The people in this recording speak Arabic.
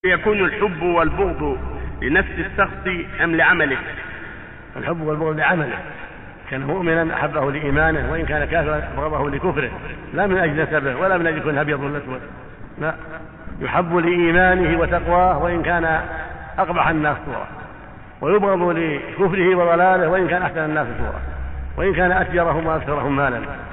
يكون الحب والبغض لنفس الشخص أم لعمله؟ الحب والبغض لعمله. كان مؤمنا أحبه لإيمانه، وإن كان كافرا أبغضه لكفره، لا من أجل نسبه ولا من أجل يكون أبيض ولا أسود، لا، يحب لإيمانه وتقواه وإن كان أقبح الناس صورة، ويبغض لكفره وضلاله وإن كان أحسن الناس صورة، وإن كان أتجرهم وأكثرهم مالا.